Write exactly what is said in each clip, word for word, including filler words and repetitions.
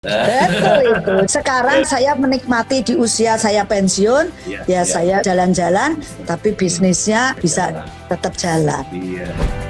Betul itu. Sekarang saya menikmati di usia saya pensiun, ya, ya, ya. Saya jalan-jalan, tapi bisnisnya bisa tetap jalan. Iya.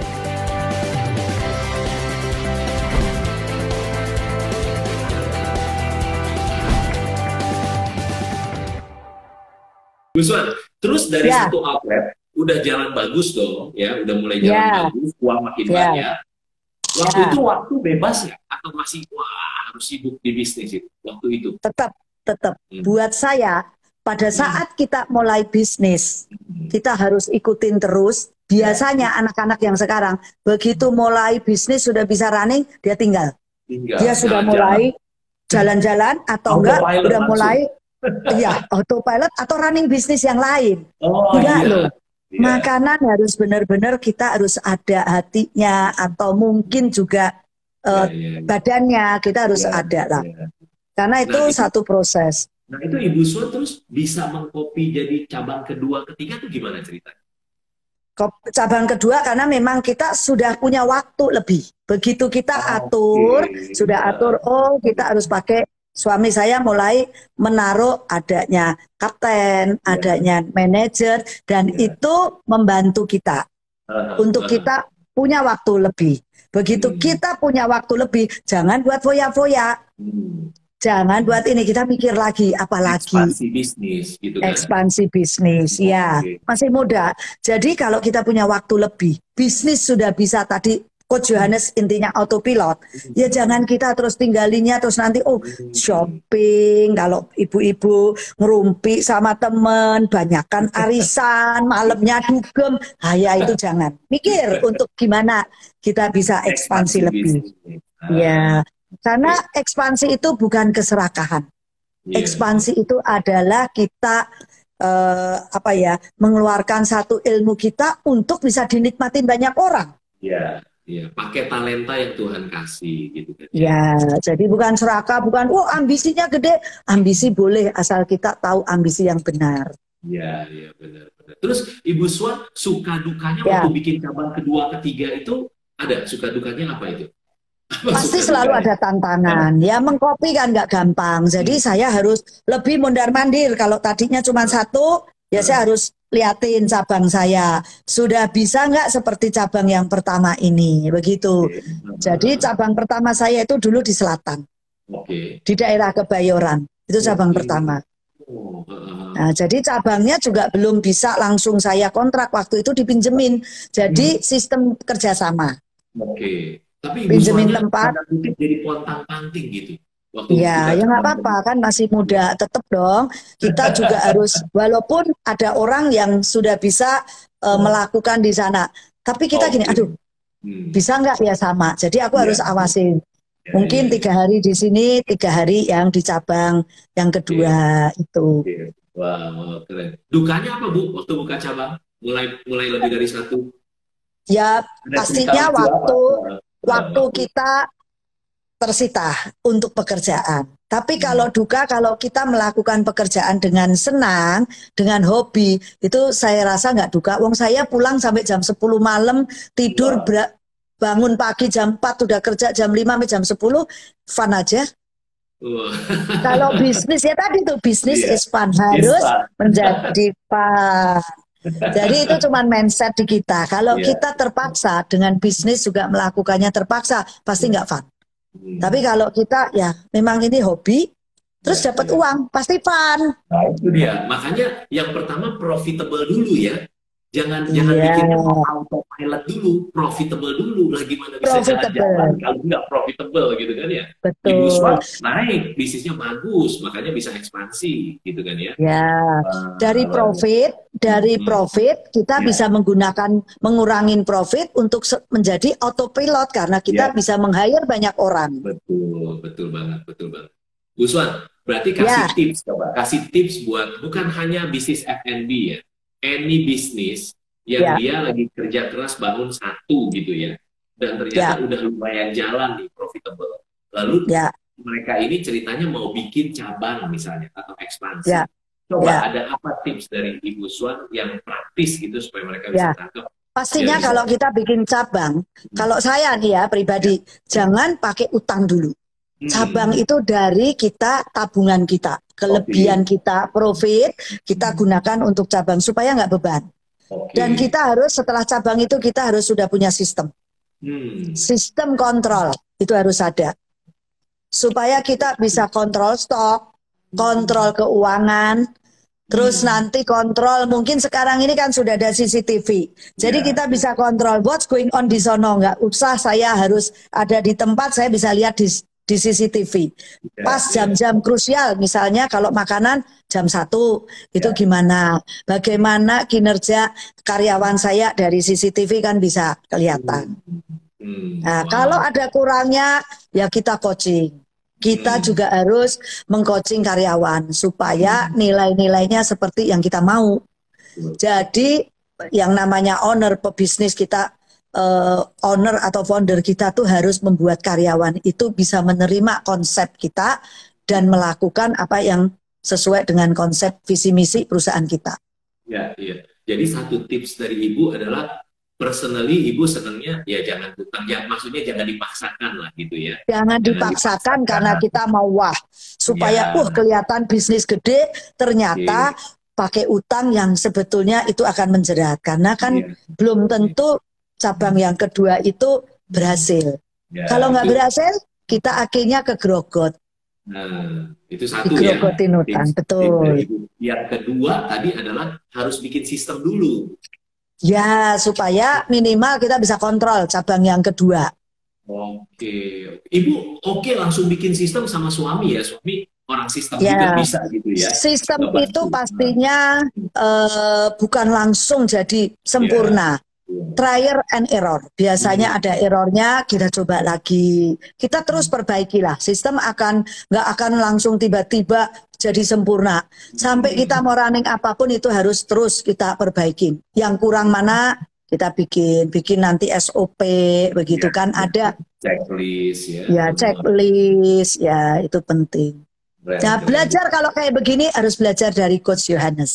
Guswan, terus dari ya. satu outlet udah jalan bagus dong, ya, udah mulai jalan ya. bagus, uang makin ya. banyak. Waktu ya. itu waktu bebas ya, atau masih wah harus sibuk di bisnis itu waktu itu? Tetap, tetap. Hmm. Buat saya, pada saat hmm. kita mulai bisnis, hmm. kita harus ikutin terus. Biasanya anak-anak ya. yang sekarang begitu mulai bisnis sudah bisa running, dia tinggal. tinggal. Dia sudah jalan, mulai jalan-jalan atau enggak, udah mulai ya autopilot atau running bisnis yang lain. Oh, enggak iya. loh. Yeah. Makanan harus benar-benar kita harus ada hatinya atau mungkin juga uh, yeah, yeah, yeah. badannya kita harus yeah, ada lah. Yeah. Karena itu nah, satu proses. Nah itu Ibu Swan terus bisa mengkopi jadi cabang kedua, ketiga tuh gimana ceritanya? Cabang kedua karena memang kita sudah punya waktu lebih. Begitu kita atur, okay. sudah atur, oh kita harus pakai. Suami saya mulai menaruh adanya kapten, ya. adanya manajer, dan ya. itu membantu kita uh, untuk uh. kita punya waktu lebih. Begitu hmm. kita punya waktu lebih, jangan buat foya-foya, hmm. jangan buat ini, kita mikir lagi, apalagi ekspansi bisnis, gitu kan? Ekspansi bisnis, okay. ya masih muda. Jadi kalau kita punya waktu lebih, bisnis sudah bisa tadi. Coach Johannes intinya autopilot, ya jangan kita terus tinggalinya terus nanti oh shopping, kalau ibu-ibu ngerumpi sama temen, banyakkan arisan, malamnya dugem, ah, ya itu jangan. Mikir untuk gimana kita bisa ekspansi, ekspansi lebih. Ya, karena ekspansi itu bukan keserakahan. Ekspansi itu adalah kita uh, apa ya mengeluarkan satu ilmu kita untuk bisa dinikmatin banyak orang. Iya. Ya, pakai talenta yang Tuhan kasih gitu kan. Ya, jadi bukan serakah, bukan oh ambisinya gede. Ambisi boleh asal kita tahu ambisi yang benar. Ya, ya benar benar. Terus Ibu Swan suka dukanya ya. waktu bikin cabang kedua, ketiga itu ada suka dukanya apa itu? Pasti selalu dukanya? ada tantangan. Ya mengkopi kan nggak gampang. Jadi hmm. saya harus lebih mondar-mandir. Kalau tadinya cuma hmm. satu, ya hmm. saya harus liatin cabang saya sudah bisa nggak seperti cabang yang pertama ini begitu. Oke. Jadi cabang pertama saya itu dulu di selatan, Oke. di daerah Kebayoran itu cabang Oke. pertama. Oh. Nah jadi cabangnya juga belum bisa langsung saya kontrak, waktu itu dipinjemin. Jadi hmm. sistem kerjasama. Oke. Tapi pinjemin tempat jadi pontang-panting gitu. Waktu ya, ya nggak apa-apa kan masih muda, tetap dong kita juga harus walaupun ada orang yang sudah bisa uh, melakukan di sana, tapi kita okay. gini, aduh hmm. bisa nggak ya sama, jadi aku yeah. harus awasin. Yeah, Mungkin yeah. tiga hari di sini, tiga hari yang di cabang yang kedua yeah. itu. Yeah. Wow, keren. Dukanya apa Bu waktu buka cabang? Mulai mulai lebih dari satu? Ya ada pastinya waktu apa? waktu kita tersita untuk pekerjaan. Tapi kalau duka, kalau kita melakukan pekerjaan dengan senang, dengan hobi, itu saya rasa nggak duka. Wong saya pulang sampai jam sepuluh malam, tidur, wow. bangun pagi jam empat, udah kerja jam lima sampai jam sepuluh, fun aja. Wow. Kalau bisnis, ya tadi tuh, bisnis yeah. is fun. Harus fun. menjadi fun. Jadi itu cuma mindset di kita. Kalau yeah. kita terpaksa dengan bisnis juga melakukannya terpaksa, pasti nggak fun. Hmm. Tapi kalau kita ya memang ini hobi, terus ya, dapat ya. uang, pasti fun. Nah, itu dia. Makanya yang pertama profitable dulu ya. Jangan yeah. jangan bikin autopilot dulu, profitable dulu lah, gimana bisa jalan kalau nggak profitable gitu kan ya. Betul. Ibu Swan naik, bisnisnya bagus, makanya bisa ekspansi gitu kan ya. Ya, uh, dari profit, dari hmm. profit kita yeah. bisa menggunakan mengurangin profit untuk menjadi autopilot karena kita yeah. bisa meng-hire banyak orang. Betul, betul banget, betul banget. Bu Swan, berarti kasih yeah. tips coba, kasih tips buat bukan hanya bisnis F and B ya. Any bisnis yang yeah. dia lagi kerja keras bangun satu gitu ya, dan ternyata yeah. udah lumayan jalan nih, profitable. Lalu yeah. mereka ini ceritanya mau bikin cabang misalnya atau ekspansi. Yeah. Coba yeah. ada apa tips dari Ibu Swan yang praktis gitu supaya mereka bisa yeah. tangkap? Pastinya ya, kalau kita bikin cabang, hmm. kalau saya nih ya pribadi, yeah. jangan pakai utang dulu. Cabang itu dari kita, tabungan kita, kelebihan okay. kita, profit, kita gunakan untuk cabang supaya nggak beban. Okay. Dan kita harus setelah cabang itu kita harus sudah punya sistem. Hmm. Sistem kontrol itu harus ada. Supaya kita bisa kontrol stok, kontrol keuangan, terus hmm. nanti kontrol, mungkin sekarang ini kan sudah ada C C T V. Jadi yeah. kita bisa kontrol what's going on di sono. Nggak usah saya harus ada di tempat, saya bisa lihat di, di C C T V. Yeah, Pas jam-jam yeah. krusial, misalnya kalau makanan jam satu, itu yeah. gimana? Bagaimana kinerja karyawan saya dari C C T V kan bisa kelihatan. Hmm. Nah, wow. kalau ada kurangnya, ya kita coaching. Kita hmm. juga harus mengcoaching karyawan supaya nilai-nilainya seperti yang kita mau. Jadi yang namanya owner pebisnis kita, uh, owner atau founder kita tuh harus membuat karyawan itu bisa menerima konsep kita dan melakukan apa yang sesuai dengan konsep visi misi perusahaan kita. Ya, iya. Jadi satu tips dari Ibu adalah personally Ibu senangnya ya jangan hutang, ya maksudnya jangan dipaksakan lah gitu ya. Jangan, jangan dipaksakan, dipaksakan karena kita mau wah supaya ya. uh kelihatan bisnis gede, ternyata okay. pakai utang yang sebetulnya itu akan menjerat karena kan ya. belum tentu cabang yang kedua itu berhasil. Ya, kalau nggak berhasil kita akhirnya kegrogot. Nah, itu satu Digrogotin ya. utang, betul. Yang kedua tadi adalah harus bikin sistem dulu. Ya, supaya minimal kita bisa kontrol cabang yang kedua. Oke. Ibu oke langsung bikin sistem sama suami ya? Suami orang sistem ya. juga bisa gitu ya? Sistem Lepas itu pastinya uh, bukan langsung jadi sempurna. Ya. Trial and error. Biasanya hmm. ada errornya, kita coba lagi. Kita terus perbaikilah. Sistem akan nggak akan langsung tiba-tiba jadi sempurna. Sampai kita mau running apapun itu harus terus kita perbaikin. Yang kurang mana kita bikin, bikin nanti S O P, begitu ya, kan ada. Checklist ya. Ya checklist, ya itu penting. Brand, nah belajar brand. Kalau kayak begini harus belajar dari Coach Yohanes.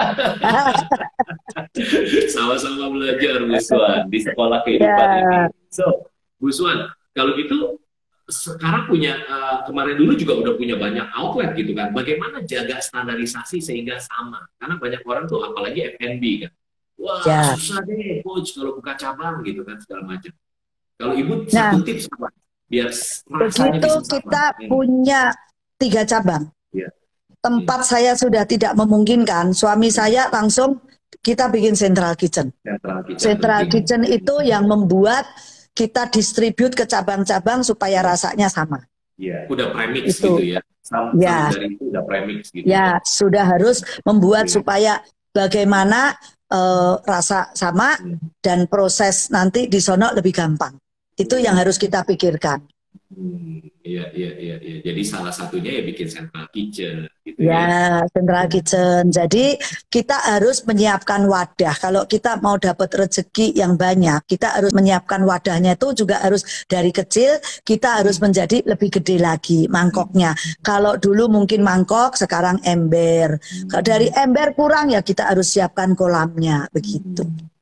Sama-sama belajar Bu Swan di sekolah kehidupan yeah. ini. So Bu Swan, kalau gitu sekarang punya uh, kemarin dulu juga udah punya banyak outlet gitu kan. Bagaimana jaga standarisasi sehingga sama? Karena banyak orang tuh apalagi F and B kan. Wah yeah. susah deh Coach kalau buka cabang gitu kan segala macam. Kalau Ibu nah, satu tips apa? Biar rasanya begitu bisa kita sama. punya tiga cabang. Yeah. Tempat hmm. saya sudah tidak memungkinkan. Suami saya langsung kita bikin central kitchen. Central kitchen, central kitchen itu yang membuat kita distribute ke cabang-cabang supaya rasanya sama. Ya, udah premix itu. gitu ya. Sama, ya. sama dari itu udah premix gitu. Ya, sudah harus membuat ya. supaya bagaimana uh, rasa sama hmm. dan proses nanti di sono lebih gampang. Itu yang harus kita pikirkan. Hmm, iya, iya, iya, iya. Jadi salah satunya ya bikin central kitchen. Gitu ya, ya, central kitchen. Jadi kita harus menyiapkan wadah. Kalau kita mau dapat rezeki yang banyak, kita harus menyiapkan wadahnya itu juga harus dari kecil. Kita harus menjadi lebih gede lagi mangkoknya. Kalau dulu mungkin mangkok, sekarang ember. Kalau dari ember kurang ya kita harus siapkan kolamnya, begitu.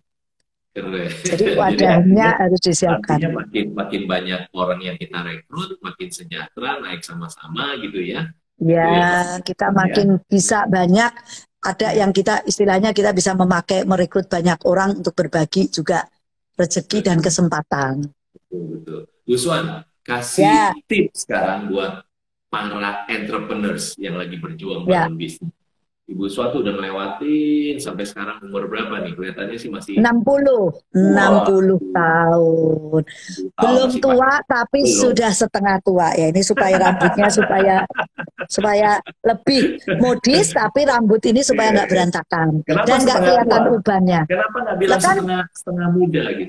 Keren. Jadi wadahnya Jadi, harus disiapkan. Artinya makin makin banyak orang yang kita rekrut, makin sejahtera, naik sama-sama gitu ya. Ya, ya kita makin ya. bisa banyak. Ada yang kita istilahnya kita bisa memakai merekrut banyak orang untuk berbagi juga rezeki betul. dan kesempatan. Betul betul. Bu Swan, kasih ya. tips sekarang buat para entrepreneurs yang lagi berjuang ya. bangun bisnis. Ibu Swan tuh udah ngelewatin sampai sekarang umur berapa nih? Kelihatannya sih masih enam puluh. enam puluh tahun. Belum tua tapi belum. sudah setengah tua ya. Ini supaya rambutnya supaya supaya lebih modis tapi rambut ini supaya nggak berantakan. Kenapa dan nggak kelihatan tua? ubannya. Kenapa nggak bilang kan, setengah setengah muda gitu?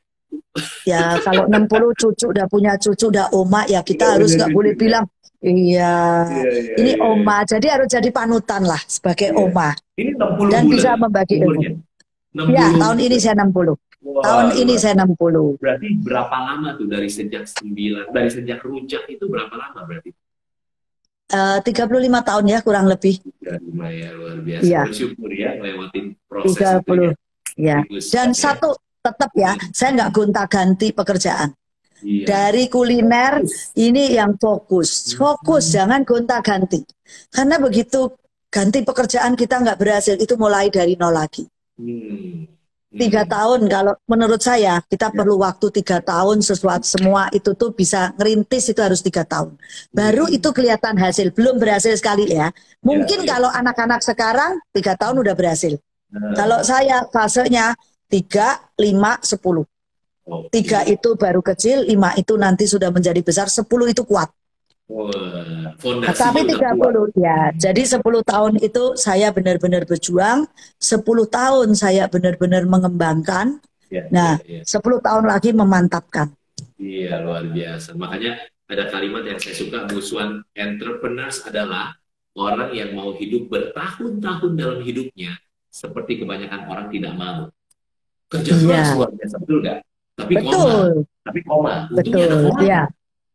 Ya kalau enam puluh cucu udah punya cucu udah oma ya kita ya, harus nggak boleh bilang Iya, iya, iya ini iya, oma, iya. jadi harus jadi panutan lah sebagai iya. oma. Ini enam puluh dan bulan, bisa membagi ilmu. Ya, tahun ini saya enam puluh. Wow, tahun luar. ini saya enam puluh. Berarti berapa lama tuh dari sejak sembilan, dari sejak rujak itu berapa lama berarti? Uh, tiga puluh lima tahun ya kurang lebih. tiga puluh lima ya, luar biasa. Ya. Bersyukur ya ngelewatin proses tiga puluh. itu ya. ya. Dan ya. satu tetap ya, hmm. saya nggak gonta-ganti pekerjaan. Iya. Dari kuliner ini yang fokus, fokus jangan gonta-ganti. Karena begitu ganti pekerjaan kita nggak berhasil, itu mulai dari nol lagi. Hmm. Tiga Hmm. tahun kalau menurut saya kita ya. perlu waktu tiga tahun sesuatu semua itu tuh bisa ngerintis itu harus tiga tahun. Baru hmm. itu kelihatan hasil, belum berhasil sekali ya. Mungkin ya, ya. kalau anak-anak sekarang tiga tahun udah berhasil. Nah. Kalau saya fasenya tiga, lima, sepuluh. Oh, tiga iya. itu baru kecil, lima itu nanti sudah menjadi besar, sepuluh itu kuat. Oh, tapi tiga puluh ya, jadi sepuluh tahun itu saya benar-benar berjuang, sepuluh tahun saya benar-benar mengembangkan, ya, nah ya, ya. sepuluh tahun lagi memantapkan. Iya, luar biasa. Makanya ada kalimat yang saya suka, Bu Swan, entrepreneurs adalah orang yang mau hidup bertahun-tahun dalam hidupnya, seperti kebanyakan orang tidak mau. Kerja keras ya. luar biasa, betul nggak? Tapi betul. koma, tapi koma, untungnya ada koma. Ya.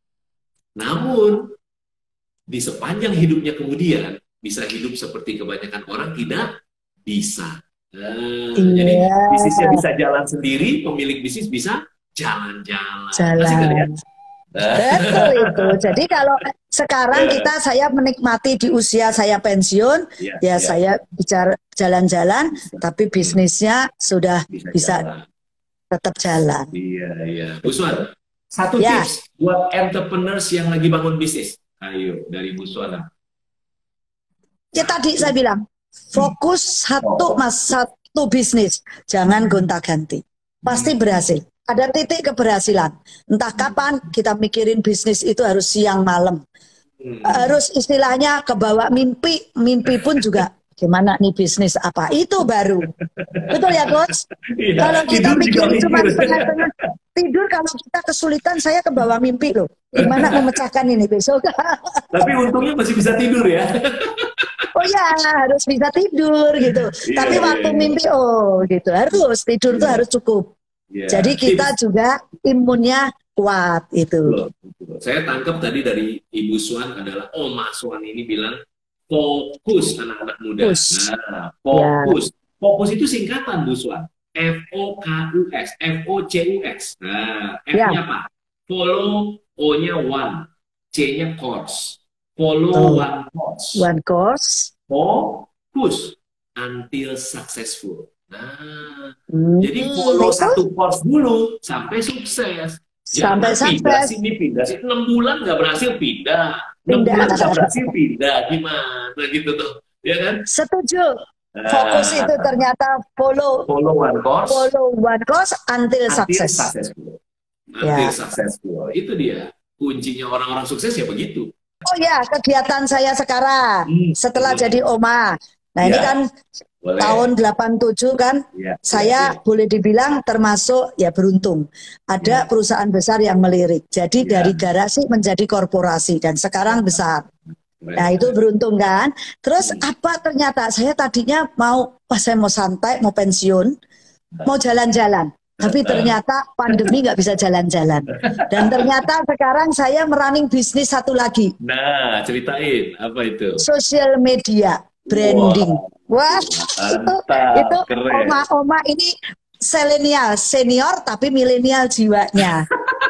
Namun, di sepanjang hidupnya kemudian, bisa hidup seperti kebanyakan orang tidak bisa. Nah, yeah. Jadi, bisnisnya bisa jalan sendiri, pemilik bisnis bisa jalan-jalan. Jalan. Betul itu. Jadi kalau sekarang yeah. kita, saya menikmati di usia saya pensiun, yeah, ya yeah. saya bicara jalan-jalan, tapi bisnisnya sudah bisa, bisa tetap jalan. Iya, iya. Bu Swan, satu yeah. tips buat entrepreneurs yang lagi bangun bisnis. Ayo, dari Bu Swan. Ya tadi saya bilang, fokus satu mas satu bisnis, jangan gonta-ganti. Pasti berhasil. Ada titik keberhasilan. Entah kapan kita mikirin bisnis itu harus siang malam. Harus istilahnya kebawa mimpi, mimpi pun juga gimana nih bisnis apa itu baru. Betul ya Coach? Ya, kalau kita mikirin cuma setengah-setengah tidur, kalau kita kesulitan, saya kebawa mimpi loh. Gimana memecahkan ini besok? Tapi untungnya masih bisa tidur ya. Oh ya, harus bisa tidur gitu. Yeah, Tapi waktu yeah, mimpi, oh gitu, harus tidur yeah. tuh harus cukup. Yeah. Jadi kita Tips. juga imunnya kuat itu. Loh, saya tangkap tadi dari Ibu Swan adalah Oma Swan ini bilang fokus anak-anak muda. Push. Nah, fokus. Yeah. Fokus itu singkatan Bu Swan. F O K U S, F O C U S. Nah, F-nya yeah. apa? Follow, O-nya one, C-nya course. Follow oh. one course. One course. Fokus until successful. Nah, hmm. jadi follow Betul. satu course dulu sampai sukses. Sampai Jangan sukses. Pindah sini pindah sini. enam bulan nggak berhasil pindah. enam bulan nggak berhasil pindah. Gimana gitu tuh, ya kan? Setuju. Fokus nah, itu ternyata follow follow one course. Follow one course until, until success. Successful. Until ya. successful. Itu dia kuncinya orang-orang sukses ya begitu. Oh ya, kegiatan saya sekarang hmm. setelah hmm. jadi Oma. Nah ya. ini kan boleh. Tahun delapan puluh tujuh kan, ya. saya ya, ya. boleh dibilang termasuk ya beruntung. Ada ya. perusahaan besar yang melirik. Jadi ya. dari garasi menjadi korporasi dan sekarang besar. Nah itu beruntung kan. Terus hmm. apa ternyata saya tadinya mau, pas saya mau santai, mau pensiun, mau jalan-jalan. Tapi ternyata pandemi nggak bisa jalan-jalan. Dan ternyata sekarang saya merunning bisnis satu lagi. Nah, ceritain apa itu? Sosial media, branding. Wah, Wah itu, itu oma-oma ini selenial, senior tapi milenial jiwanya.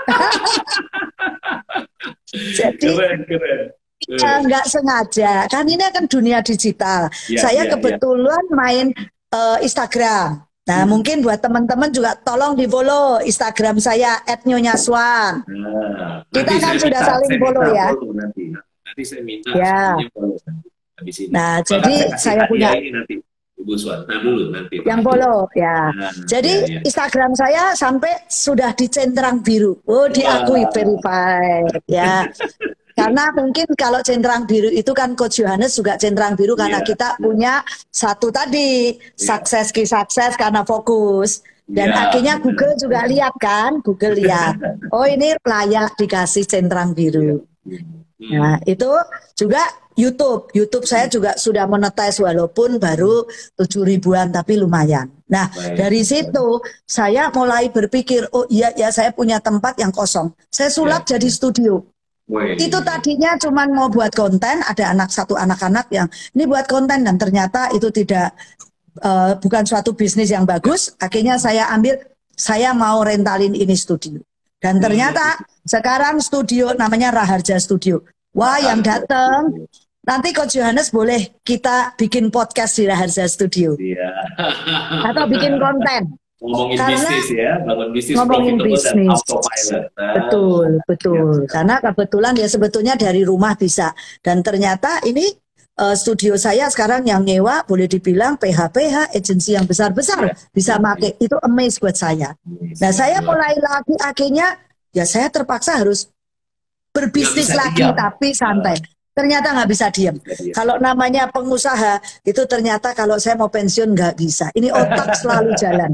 Jadi keren, keren. Ya, nggak sengaja, kan ini kan dunia digital. Ya, saya ya, kebetulan ya. main uh, Instagram. Nah, hmm. mungkin buat teman-teman juga tolong di-follow Instagram saya et nyonya swan. Nah, kita kan sudah minta, saling follow ya. Follow nanti. nanti saya minta ya. follow habis ini. Nah, Maka jadi saya, saya punya ini nanti Ibu Swan. Nah, dulu nanti. Yang follow ya. Nah, jadi ya, ya. Instagram saya sampai sudah dicentrang biru. Oh, diakui wow. verified ya. Karena mungkin kalau centrang biru itu kan Coach Yohanes juga centrang biru karena yeah. kita punya satu tadi yeah. sukses ki sukses karena fokus dan yeah. akhirnya Google juga lihat kan, Google lihat oh ini layak dikasih centrang biru. Yeah. Yeah. Nah itu juga YouTube, YouTube saya juga sudah monetis walaupun baru tujuh ribuan tapi lumayan. Nah Baik. dari situ saya mulai berpikir oh iya ya saya punya tempat yang kosong, saya sulap yeah. jadi studio. Wey. Itu tadinya cuma mau buat konten, ada anak satu anak-anak yang ini buat konten dan ternyata itu tidak uh, bukan suatu bisnis yang bagus. Akhirnya saya ambil, saya mau rentalin ini studio. Dan ternyata sekarang studio namanya Raharja Studio. Wah, yang datang nanti Coach Johannes boleh kita bikin podcast di Raharja Studio. Iya. Atau bikin konten. Ngomongin Karena, bisnis ya, bangun bisnis ngomongin profitable bisnis. dan autopilot. Nah, betul, betul. Ya. Karena kebetulan ya sebetulnya dari rumah bisa. Dan ternyata ini uh, studio saya sekarang yang nyewa boleh dibilang P H P H agensi yang besar-besar ya. Bisa pakai. Itu amaze buat saya. Nah, saya mulai lagi akhirnya ya saya terpaksa harus berbisnis lagi diam. Tapi santai. Ternyata nggak bisa diam. Kalau namanya pengusaha itu ternyata kalau saya mau pensiun nggak bisa. Ini otak selalu jalan.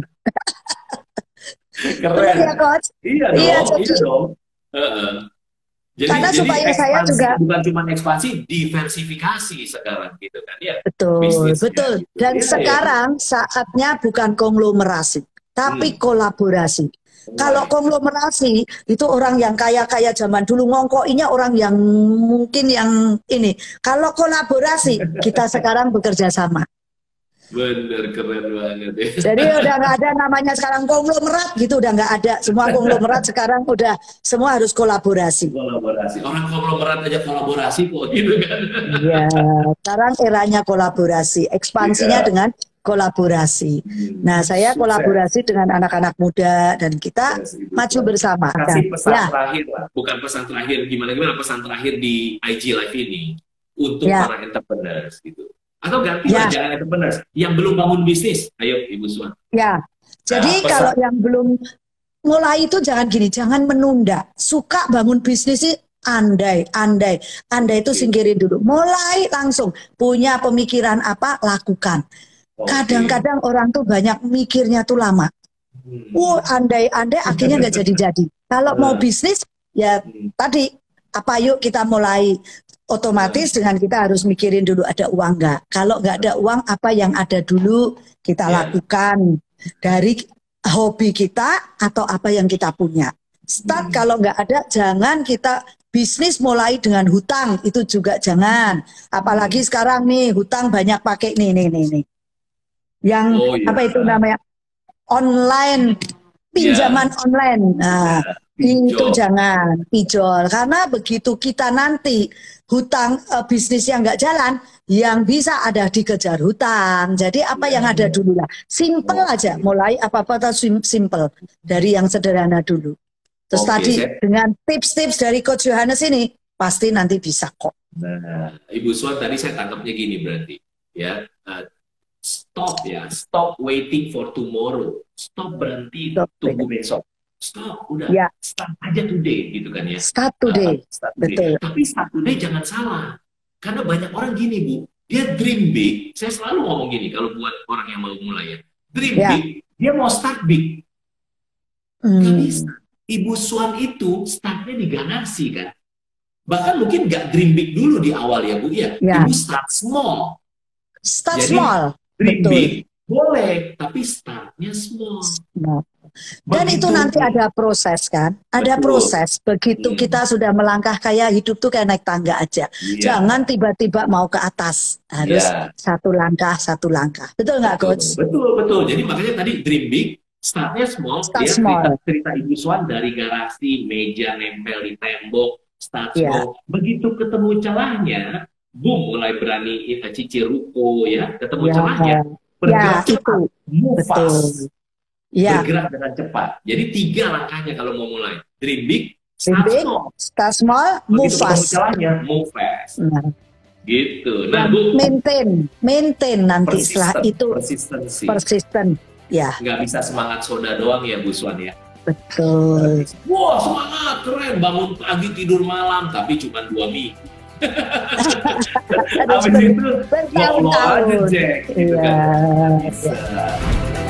Keren. Ya, Coach? Iya dong. Iya, jadi, iya dong. Uh -uh. Jadi, karena jadi supaya ekspansi, saya juga bukan cuma ekspansi, diversifikasi sekarang gitu kan ya. Betul, bisnisnya, betul. Gitu. Dan ya, sekarang ya. Saatnya bukan konglomerasi, tapi hmm. kolaborasi. Wow. Kalau konglomerasi itu orang yang kaya-kaya zaman dulu, ngongkoinya orang yang mungkin yang ini. Kalau kolaborasi kita sekarang bekerja sama. Bener, keren banget ya. Jadi udah nggak ada namanya sekarang konglomerat gitu, udah nggak ada. Semua konglomerat sekarang udah semua harus kolaborasi. Kolaborasi. Orang konglomerat aja kolaborasi kok gitu kan. Iya, sekarang eranya kolaborasi, ekspansinya ya. Dengan kolaborasi. Nah, saya kolaborasi dengan anak-anak muda dan kita yes, maju bersama. Kasih pesan ya. terakhir lah, bukan pesan terakhir gimana gimana pesan terakhir di I G Live ini untuk ya. Para entrepreneurs gitu. Atau ganti ya. Lah jangan entrepreneurs yang belum bangun bisnis. Ayo Ibu Suan. Ya. Jadi nah, kalau yang belum mulai itu jangan gini, jangan menunda. Suka bangun bisnis sih andai, andai, andai itu singkirin dulu. Mulai langsung punya pemikiran apa lakukan. Kadang-kadang okay. Orang tuh banyak mikirnya tuh lama. Hmm. Uh, andai-andai akhirnya nggak jadi-jadi. Kalau mau bisnis, ya hmm. tadi apa yuk kita mulai. Otomatis hmm. dengan kita harus mikirin dulu ada uang nggak. Kalau nggak ada uang, apa yang ada dulu kita yeah. lakukan. Dari hobi kita atau apa yang kita punya. Start hmm. kalau nggak ada, jangan kita bisnis mulai dengan hutang. Itu juga jangan. Apalagi hmm. sekarang nih, hutang banyak pakai nih, nih, nih, nih. Yang oh, iya. Apa itu namanya online pinjaman yeah. online, nah yeah. itu jangan pinjol karena begitu kita nanti hutang uh, bisnis yang nggak jalan, yang bisa ada dikejar hutang. Jadi apa yeah. yang ada dulu lah, simple oh, aja, mulai apa apa sim simple dari yang sederhana dulu. Terus okay, tadi saya... dengan tips-tips dari Coach Johannes ini pasti nanti bisa kok. Nah, Ibu Suan tadi saya tangkapnya gini berarti ya. Uh, Stop ya, stop waiting for tomorrow. Stop berhenti stop, tunggu besok. Stop, udah. Ya. Start aja today, gitu kan ya. Start today. Uh, start today. Betul. Tapi start today jangan salah. Karena banyak orang gini, Bu. Dia dream big. Saya selalu ngomong gini, kalau buat orang yang mau mulai ya. Dream ya. Big, dia mau start big. Hmm. Gak bisa. Ibu Suan itu startnya di garasi kan. Bahkan mungkin gak dream big dulu di awal ya, Bu. Ya. Ya. Ibu start small. Start Jadi, small. Dream big boleh, tapi startnya small. Nah. Dan begitu, itu nanti ada proses kan, ada betul. Proses. Begitu hmm. kita sudah melangkah kayak hidup tuh kayak naik tangga aja. Yeah. Jangan tiba-tiba mau ke atas, harus yeah. satu langkah satu langkah. Betul nggak Coach? Betul betul. Jadi makanya tadi dream big, startnya small. Start dia small. Cerita, cerita Ibu Suan dari garasi, meja nempel di tembok, start yeah. small. Begitu ketemu celahnya. Boom, mulai berani kita cicil ruko ya, ketemu ya, celahnya, bergerak ya, cepat, move fast, ya. Bergerak dengan cepat. Jadi tiga langkahnya kalau mau mulai, dream big, start big, small, start small, move begitu fast, ketemu celahnya, move fast, nah. Gitu. Nah, Bu, maintain, maintain nanti setelah itu persistency, persisten, ya. Nggak bisa semangat soda doang ya Bu Suan ya. Betul. Wah semangat, keren, bangun pagi tidur malam, tapi cuma dua minggu. Habis itu, mau aja Jack, gitu kan. Bisa.